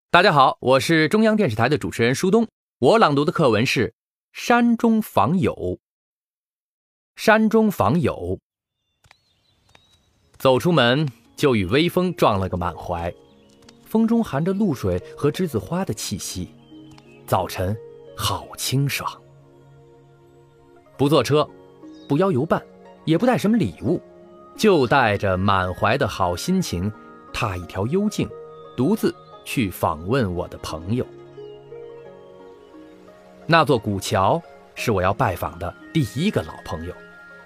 大家好，我是中央电视台的主持人舒东。我朗读的课文是《山中访友》。山中访友，走出门就与微风撞了个满怀，风中含着露水和栀子花的气息，早晨好清爽。不坐车，不邀游伴，也不带什么礼物，就带着满怀的好心情，踏一条幽径，独自去访问我的朋友。那座古桥是我要拜访的第一个老朋友。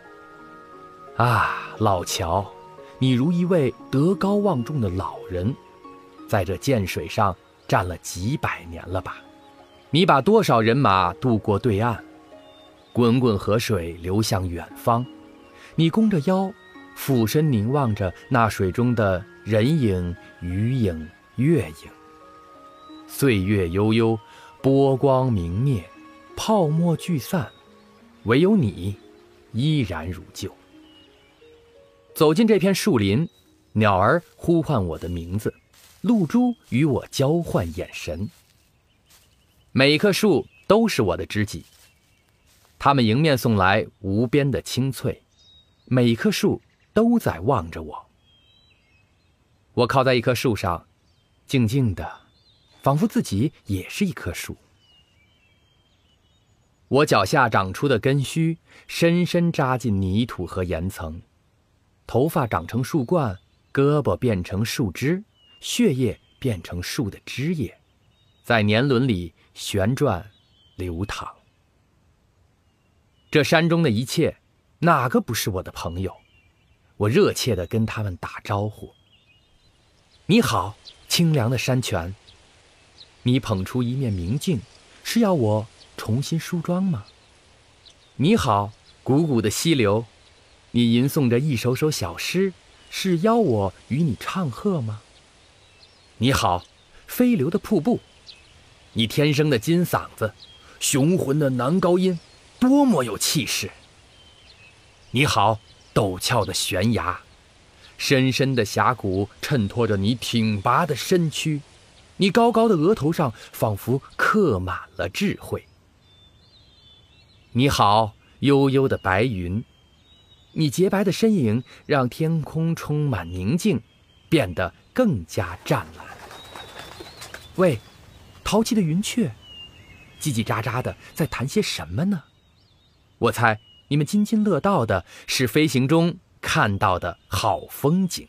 啊，老桥，你如一位德高望重的老人，在这涧水上站了几百年了吧？你把多少人马渡过对岸？滚滚河水流向远方，你弓着腰，俯身凝望着那水中的人影、鱼影、月影。岁月悠悠，波光明灭，泡沫聚散，唯有你依然如旧。走进这片树林，鸟儿呼唤我的名字，露珠与我交换眼神。每一棵树都是我的知己，它们迎面送来无边的清脆，每一棵树都在望着我。我靠在一棵树上，静静的，仿佛自己也是一棵树。我脚下长出的根须深深扎进泥土和岩层，头发长成树冠，胳膊变成树枝，血液变成树的枝叶，在年轮里旋转流淌。这山中的一切，哪个不是我的朋友？我热切地跟他们打招呼。你好，清凉的山泉。你捧出一面明镜，是要我重新梳妆吗？你好，汩汩的溪流。你吟诵着一首首小诗，是邀我与你唱和吗？你好，飞流的瀑布。你天生的金嗓子，雄浑的男高音，多么有气势。你好，陡峭的悬崖，深深的峡谷衬托着你挺拔的身躯，你高高的额头上仿佛刻满了智慧。你好，悠悠的白云。你洁白的身影让天空充满宁静，变得更加湛蓝。喂，淘气的云雀，叽叽喳喳的在谈些什么呢？我猜你们津津乐道的是飞行中看到的好风景。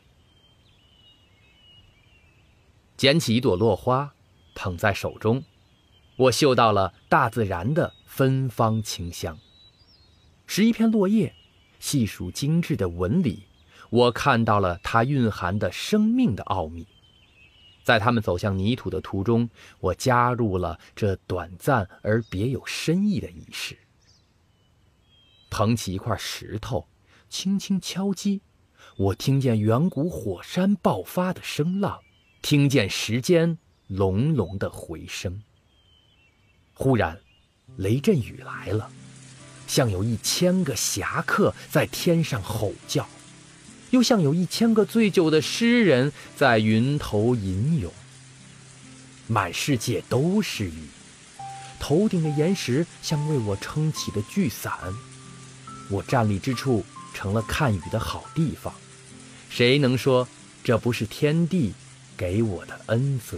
捡起一朵落花，捧在手中，我嗅到了大自然的芬芳清香。拾一片落叶，细数精致的纹理，我看到了它蕴含的生命的奥秘。在他们走向泥土的途中，我加入了这短暂而别有深意的仪式。捧起一块石头，轻轻敲击，我听见远古火山爆发的声浪，听见时间隆隆的回声。忽然，雷阵雨来了，像有1000个侠客在天上吼叫，又像有1000个醉酒的诗人在云头吟咏。满世界都是雨，头顶的岩石像为我撑起的巨伞，我站立之处成了看雨的好地方。谁能说这不是天地给我的恩泽？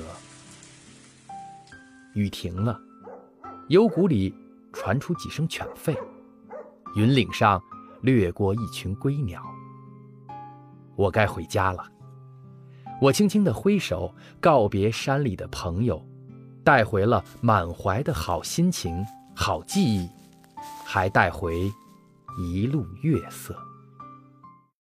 雨停了，幽谷里传出几声犬吠，云岭上掠过一群归鸟。我该回家了。我轻轻地挥手告别山里的朋友，带回了满怀的好心情、好记忆，还带回一路月色。